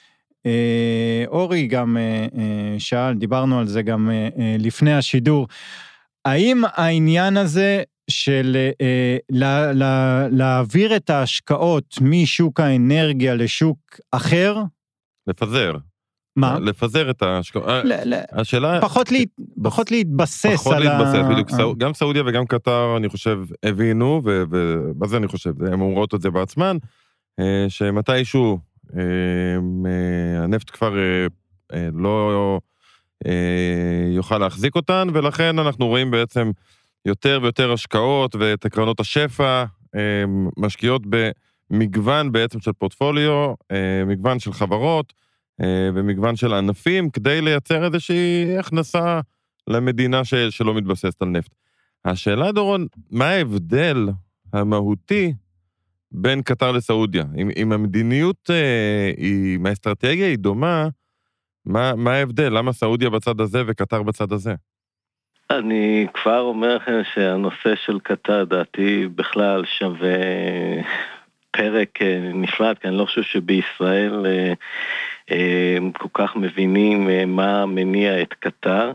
S2: אורי גם שאל, דיברנו על זה גם לפני השידור, האם העניין הזה של אה, לה, לה, להעביר את ההשקעות משוק האנרגיה לשוק אחר?
S3: לפזר.
S2: מה?
S3: לפזר את ההשקעות. ל, ל,
S2: השאלה... פחות, לה, פחות להתבסס
S3: פחות
S2: על
S3: להתבסס,
S2: ה...
S3: בדיוק. אה. גם סעודיה וגם קטר, אני חושב, הבינו, ומה זה אני חושב? הם אומרות את זה בעצמן, שמתישהו הנפט כבר לא... יוכל להחזיק אותן, ולכן אנחנו רואים בעצם יותר ויותר השקעות ואת קרנות השפע, משקיעות במגוון בעצם של פורטפוליו, מגוון של חברות ומגוון של ענפים, כדי לייצר איזושהי הכנסה למדינה שלא מתבססת על נפט. השאלה, דורון, מה ההבדל המהותי בין קטר לסעודיה? אם, אם המדיניות, אם האסטרטגיה היא דומה, מה, מה ההבדל? למה סעודיה בצד הזה וקטר בצד הזה?
S1: אני כבר אומר לכם שהנושא של קטר, דעתי בכלל שווה פרק נפרד, כי אני לא חושב שבישראל כל כך מבינים מה מניע את קטר,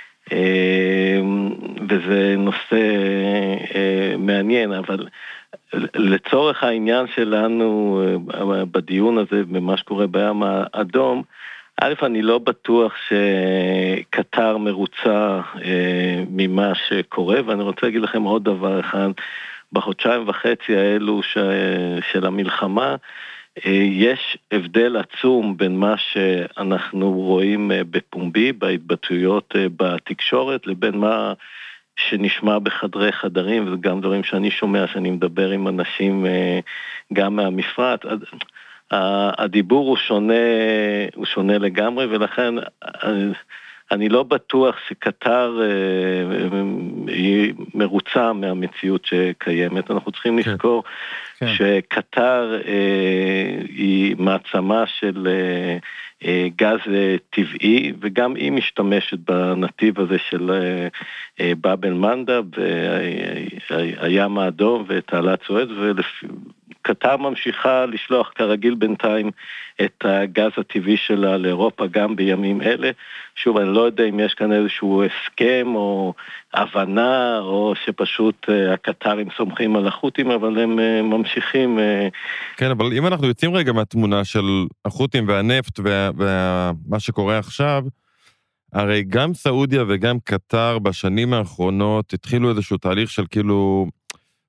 S1: וזה נושא מעניין, אבל לצורך העניין שלנו בדיון הזה, במה שקורה בים האדום, א', אני לא בטוח שקטר מרוצה אה, ממה שקורה, ואני רוצה להגיד לכם עוד דבר אחד, בחודשיים וחצי האלו ש, של המלחמה, אה, יש הבדל עצום בין מה שאנחנו רואים אה, בפומבי, בהתבטאויות אה, בתקשורת, לבין מה שנשמע בחדרי חדרים, וזה גם דברים שאני שומע, שאני מדבר עם אנשים אה, גם מהמפרט, הדיבור הוא שונה, הוא שונה לגמרי, ולכן אני לא בטוח שקטר היא מרוצה מהמציאות שקיימת. אנחנו צריכים לזכור כן. שקטר היא מעצמה של גז טבעי, וגם היא משתמשת בנתיב הזה של באב אל-מנדב, הים האדום ותעלת סואץ, וקטר ממשיכה לשלוח כרגיל בינתיים את הגז הטבעי שלה לאירופה גם בימים אלה. שוב, אני לא יודע אם יש כאן איזשהו הסכם או הבנה, או שפשוט הקטרים סומכים על החות'ים, אבל הם ממשיכים.
S3: כן, אבל אם אנחנו יוצאים רגע מהתמונה של החות'ים והנפט ומה שקורה עכשיו, הרי גם סעודיה וגם קטר בשנים האחרונות התחילו איזשהו תהליך של כאילו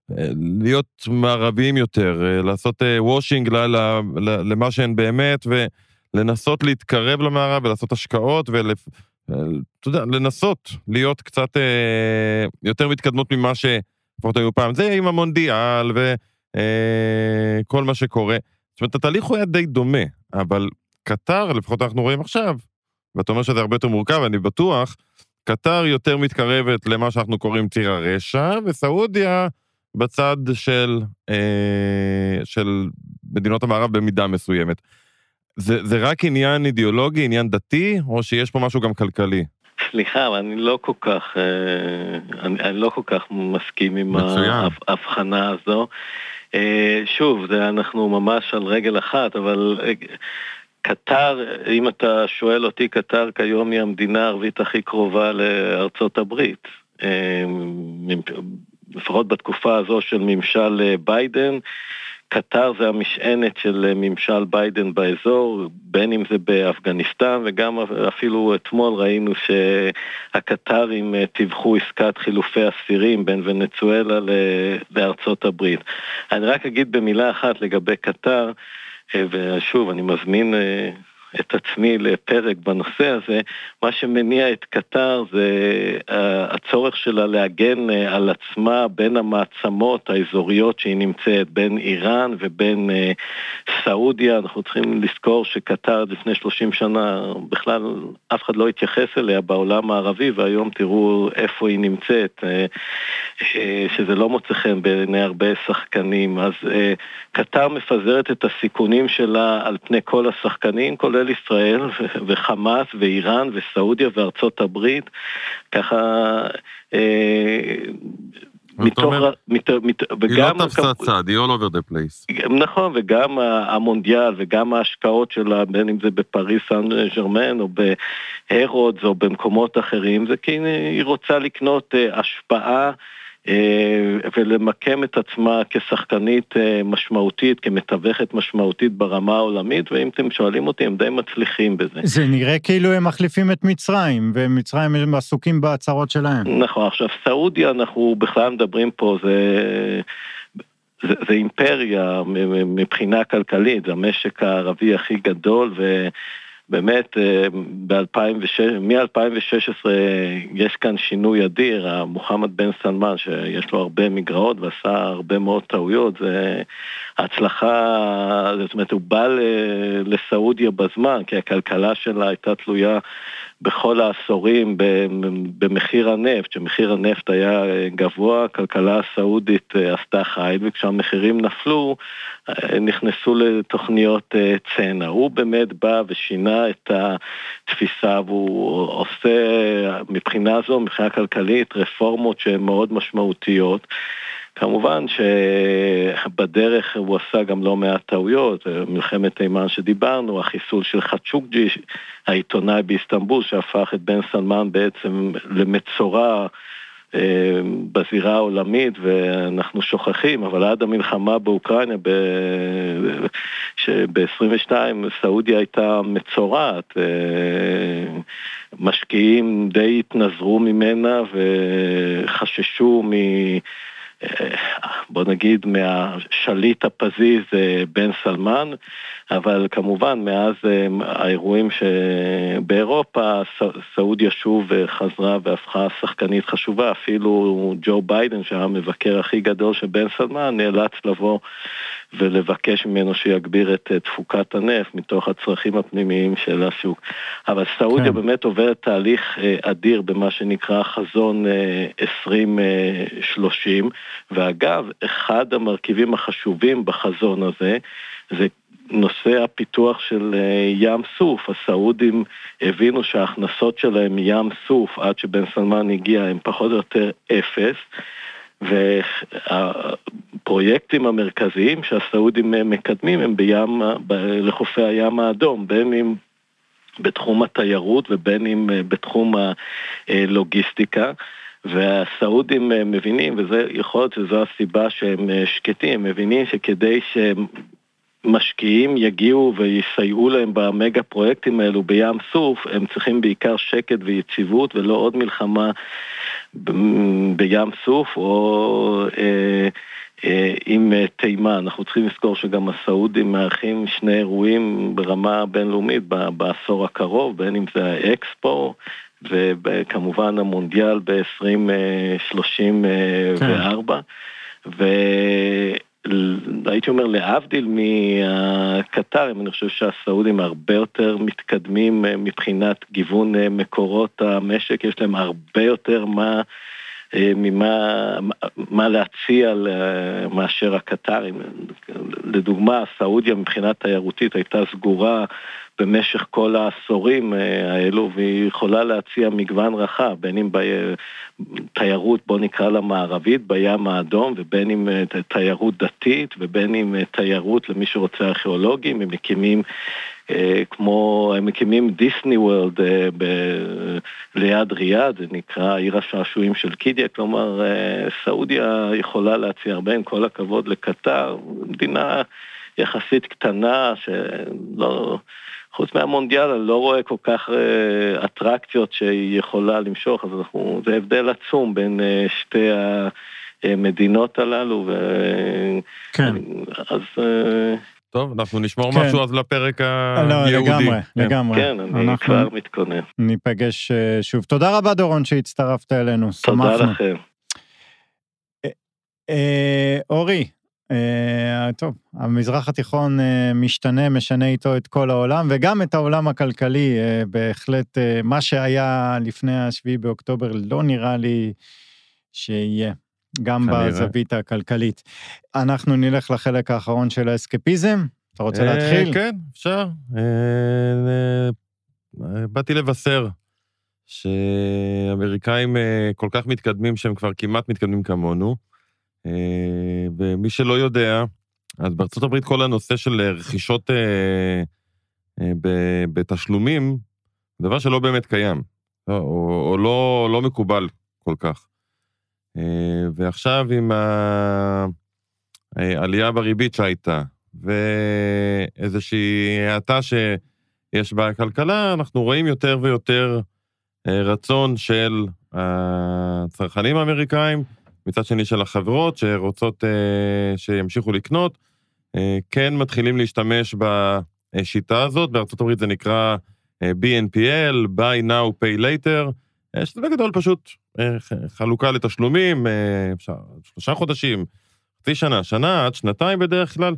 S3: להיות מערביים יותר, לעשות וושינג למה שהן באמת, ולנסות להתקרב למערב, ולעשות השקעות, ואתה יודע, לנסות להיות קצת יותר מתקדמות ממה שפחות היו פעם. זה עם המונדיאל, וכל מה שקורה. זאת אומרת, התהליך הוא היה די דומה, אבל קטר, לפחות אנחנו רואים עכשיו, ואתה אומר שזה הרבה יותר מורכב, אני בטוח, קטר יותר מתקרבת למה שאנחנו קוראים ציר הרשע, וסעודיה בצד של, אה, של מדינות המערב במידה מסוימת. זה, זה רק עניין אידיאולוגי, עניין דתי, או שיש פה משהו גם כלכלי?
S1: סליחה, אבל אני לא כל כך, אה, אני, אני לא כל כך מסכים עם ההבחנה הזו. אה, שוב, זה אנחנו ממש על רגל אחת, אבל... אה, קטר, אם אתה שואל אותי, קטר כיום היא המדינה הערבית הכי קרובה לארצות הברית. לפחות בתקופה הזו של ממשל ביידן, קטר זה המשענת של ממשל ביידן באזור, בין אם זה באפגניסטן, וגם אפילו אתמול ראינו שהקטרים טיווחו עסקת חילופי אסירים בין ונצואלה לארצות הברית. אני רק אגיד במילה אחת לגבי קטר, ושוב, אני מזמין את עצמי לפרק בנושא הזה, מה שמניע את קטר זה הצורך שלה להגן על עצמה בין המעצמות האזוריות שהיא נמצאת, בין איראן ובין סעודיה. אנחנו צריכים לזכור שקטר לפני שלושים שנה בכלל אף אחד לא התייחס אליה בעולם הערבי, והיום תראו איפה היא נמצאת, שזה לא מוצא חן בעיני הרבה שחקנים. אז קטר מפזרת את הסיכונים שלה על פני כל השחקנים, כולל ישראל וחמאס ואיראן וסעודיה וארצות הברית, ככה מתוך...
S3: היא לא תפסה צד, היא all over the place.
S1: נכון, וגם המונדיאל וגם ההשקעות שלה, בין אם זה בפריס סן ז'רמן או בהרודס או במקומות אחרים, זה כי היא רוצה לקנות השפעה ולמקם את עצמה כשחקנית משמעותית, כמתווכת משמעותית ברמה העולמית, ואם אתם שואלים אותי, הם די מצליחים בזה.
S2: זה נראה כאילו הם מחליפים את מצרים, ומצרים הם עסוקים בהצהרות שלהם.
S1: נכון, עכשיו סעודיה, אנחנו בכלל מדברים פה, זה... זה, זה אימפריה מבחינה כלכלית, זה המשק הערבי הכי גדול, ו... באמת, מ-אלפיים ושש עשרה יש כאן שינוי אדיר. מוחמד בן סלמן, שיש לו הרבה מגרעות ועשה הרבה מאוד טעויות, זה הצלחה, זאת אומרת, הוא בא לסעודיה בזמן, כי הכלכלה שלה הייתה תלויה בכל העשורים במחיר הנפט, שמחיר הנפט היה גבוה, הכלכלה הסעודית עשתה חיל, וכשהמחירים נפלו, נכנסו לתוכניות צנע. הוא באמת בא ושינה את התפיסה, והוא עושה מבחינה זו, מבחינה כלכלית, רפורמות שהן מאוד משמעותיות. כמובן שבדרך הוא עשה גם לא מעט טעויות, מלחמת תימן שדיברנו, החיסול של חצ'וקג'י, העיתונאי באיסטנבול, שהפך את בן סלמן בעצם למצורע בזירה העולמית, ואנחנו שוכחים, אבל עד המלחמה באוקראינה, שב-עשרים ושתיים סעודיה הייתה מצורעת, משקיעים די התנזרו ממנה וחששו מ... בוא נגיד מהשליט הפזיז בן סלמן, אבל כמובן מאז האירועים שבאירופה סעודיה שוב חזרה והפכה שחקנית חשובה, אפילו ג'ו ביידן שהמבקר הכי גדול של בן סלמן נאלץ לבוא ולבקש ממנו שיגביר את תפוקת הנפט מתוך הצרכים הפנימיים של השוק. אבל סעודיה כן. באמת עוברת תהליך אדיר במה שנקרא חזון עשרים שלושים, ואגב, אחד המרכיבים החשובים בחזון הזה, זה נושא הפיתוח של ים סוף. הסעודים הבינו שההכנסות שלהם מים סוף, עד שבן סלמן הגיע, הם פחות או יותר אפס, והפרויקטים המרכזיים שהסעודים מקדמים הם בים, לחופי הים האדום, בין אם בתחום התיירות ובין אם בתחום הלוגיסטיקה, והסעודים מבינים, וזה יכול להיות שזו הסיבה שהם שקטים, מבינים שכדי שמשקיעים יגיעו ויסייעו להם במגה פרויקטים האלו בים סוף, הם צריכים בעיקר שקט ויציבות ולא עוד מלחמה בים סוף או עם תימן. אנחנו צריכים לזכור שגם הסעודים מארחים שני אירועים ברמה בינלאומית בעשור הקרוב, בין אם זה האקספו, וכמובן המונדיאל ב-עשרים שלושים וארבע, והייתי אומר להבדיל מהקטרים, אני חושב שהסעודים הרבה יותר מתקדמים מבחינת גיוון מקורות המשק, יש להם הרבה יותר מה ממה מה להציע מאשר הקטרים. לדוגמה, סעודיה מבחינת תיירותית הייתה סגורה במשך כל העשורים האלו, והיא יכולה להציע מגוון רחב, בין אם בתיירות, בוא נקרא לה מערבית, בים האדום, ובין אם תיירות דתית, ובין אם תיירות למי שרוצה ארכיאולוגים, הם מקימים כמו, הם מקימים דיסני וורלד ב- ליד ריאד, זה נקרא עיר השעשועים של קידיה, כלומר סעודיה יכולה להציע הרבה, עם כל הכבוד לקטר, מדינה יחסית קטנה, שלא, חוץ מהמונדיאל, אני לא רואה כל כך אטרקציות שהיא יכולה למשוך, אז אנחנו, זה הבדל עצום בין שתי המדינות הללו, ו...
S2: כן.
S1: אז...
S3: טוב, אנחנו נשמור
S2: כן.
S3: משהו אז לפרק
S2: לא,
S3: היהודי.
S2: לגמרי,
S3: כן.
S2: לגמרי.
S1: כן, אני
S2: אנחנו
S1: כבר מתכונן.
S2: ניפגש שוב. תודה רבה דורון שהצטרפת אלינו,
S1: תודה
S2: שמחנו.
S1: לכם.
S2: אה, אורי, אה, טוב, המזרח התיכון אה, משתנה, משנה איתו את כל העולם, וגם את העולם הכלכלי, אה, בהחלט אה, מה שהיה לפני השביעי באוקטובר, לא נראה לי שיהיה. גם
S3: כנראה.
S2: בזווית הכלכלית. אנחנו נלך לחלק האחרון של האסקפיזם. אתה רוצה להתחיל?
S3: כן, אפשר. באתי לבשר שאמריקאים כל כך מתקדמים שהם כבר כמעט מתקדמים כמונו, ומי שלא יודע, אז בארצות הברית כל הנושא של רכישות בתשלומים, דבר שלא באמת קיים, או לא, לא מקובל כל כך. ועכשיו עם העלייה בריבית שהייתה, ואיזושהי העתה שיש בכלכלה, אנחנו רואים יותר ויותר רצון של הצרכנים האמריקאים, מצד שני של החברות שרוצות שימשיכו לקנות, כן מתחילים להשתמש בשיטה הזאת, בארצות הברית זה נקרא בי אן פי אל, Buy Now Pay Later, שזה בגדול פשוט חלוקה לתשלומים, אפשר, שלושה חודשים, חצי שנה, שנה, עד שנתיים בדרך כלל,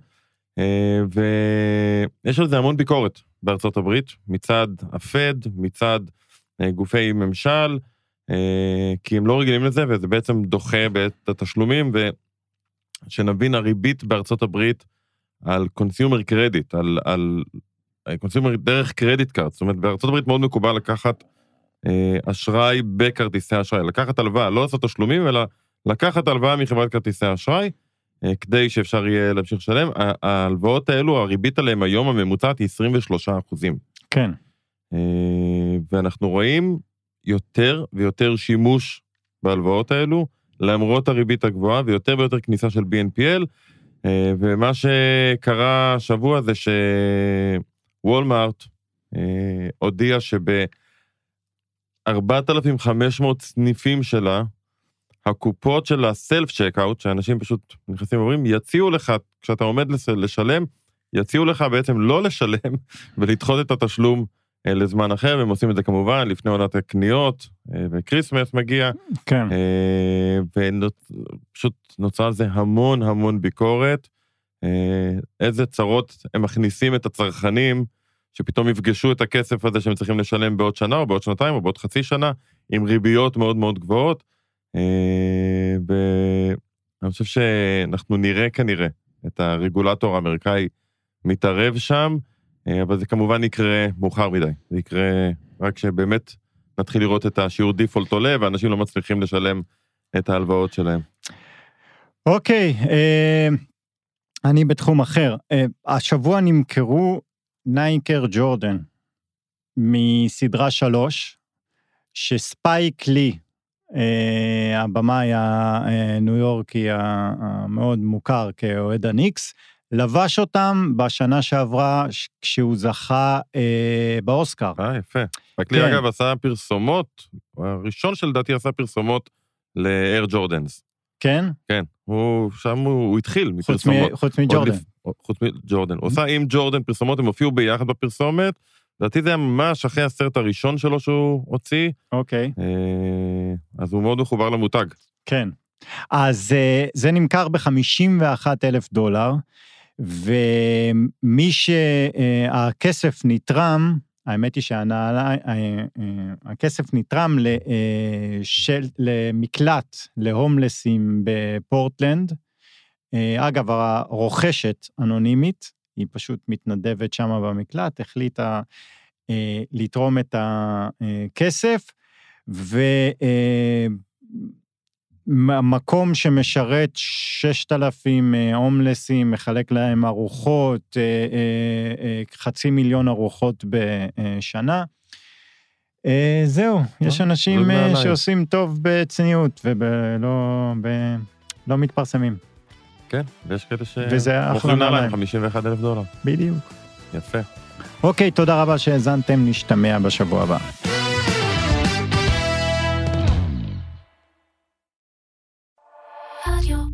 S3: ויש על זה המון ביקורת בארצות הברית, מצד הפד, מצד גופי ממשל, כי הם לא רגילים לזה, וזה בעצם דוחה את התשלומים, ושנבין הריבית בארצות הברית על קונסיומר קרדיט, על, על קונסיומר דרך קרדיט קארד, זאת אומרת, בארצות הברית מאוד מקובל לקחת אשראי בכרטיסי אשראי, לקחת הלוואה, לא לעשות תשלומים, אלא לקחת הלוואה מחברת כרטיסי אשראי, כדי שאפשר יהיה להמשיך לשלם. ההלוואות האלו, הריבית עליהם היום הממוצעת היא עשרים ושלושה אחוזים.
S2: כן.
S3: ואנחנו רואים יותר ויותר שימוש בהלוואות האלו, למרות הריבית הגבוהה, ויותר ויותר כניסה של בי אן פי אל, ומה שקרה השבוע זה שוולמארט הודיע שב... ארבעת אלפים וחמש מאות סניפים שלה, הקופות של הסלף צ'קאוט, שאנשים פשוט נכנסים ואומרים, יציעו לך, כשאתה עומד לשלם, יציעו לך בעצם לא לשלם, ולדחות את התשלום לזמן אחר, והם עושים את זה כמובן, לפני עונת הקניות, וקריסמס מגיע,
S2: כן.
S3: ופשוט נוצר על זה המון המון ביקורת, איזה צרות הם מכניסים את הצרכנים, שפתאום יפגשו את הכסף הזה שהם צריכים לשלם בעוד שנה, או בעוד שנתיים, או בעוד חצי שנה, עם ריביות מאוד מאוד גבוהות, ואני חושב שאנחנו נראה כנראה את הרגולטור האמריקאי מתערב שם, אבל זה כמובן יקרה מאוחר מדי, זה יקרה רק שבאמת נתחיל לראות את השיעור דיפולט עולה, ואנשים לא מצליחים לשלם את ההלוואות שלהם.
S2: אוקיי, אני בתחום אחר, השבוע נמכרו נייקר ג'ורדן, מסדרה שלוש, שספייק לי, אה, הבמאי הניו יורקי המאוד מוכר כאוהד הניקס, לבש אותם בשנה שעברה כשהוא זכה אה, באוסקר.
S3: אה, יפה. ספייק לי אגב עשה פרסומות, הראשון של דעתי עשה פרסומות לאר ג'ורדנס.
S2: כן?
S3: כן, הוא, שם הוא, הוא התחיל
S2: חוץ,
S3: מפרסומות.
S2: מ, חוץ מג'ורדן.
S3: לפ... חוץ מג'ורדן. הוא עושה עם ג'ורדן פרסומות, הם הופיעו ביחד בפרסומת, לדעתי זה היה ממש אחרי הסרט הראשון שלו שהוא הוציא.
S2: אוקיי.
S3: אז הוא מאוד מחובר למותג.
S2: כן. אז זה נמכר ב-חמישים ואחד אלף דולר, ומי שהכסף נתרם, האמת היא שהכסף נתרם למקלט להומלסים בפורטלנד. אגב, הרוכשת אנונימית, היא פשוט מתנדבת שם במקלט, החליטה לתרום את הכסף, ומקום שמשרת ששת אלפים הומלסים, מחלק להם ארוחות, חצי מיליון ארוחות בשנה. זהו, יש אנשים שעושים טוב בצניעות, ולא מתפרסמים.
S3: כן, ויש כאלה ש...
S2: וזה אחלה נעליים.
S3: חמישים ואחד אלף דולר.
S2: בדיוק.
S3: יפה.
S2: אוקיי, תודה רבה שהזנתם, נשתמע בשבוע הבא. רדיו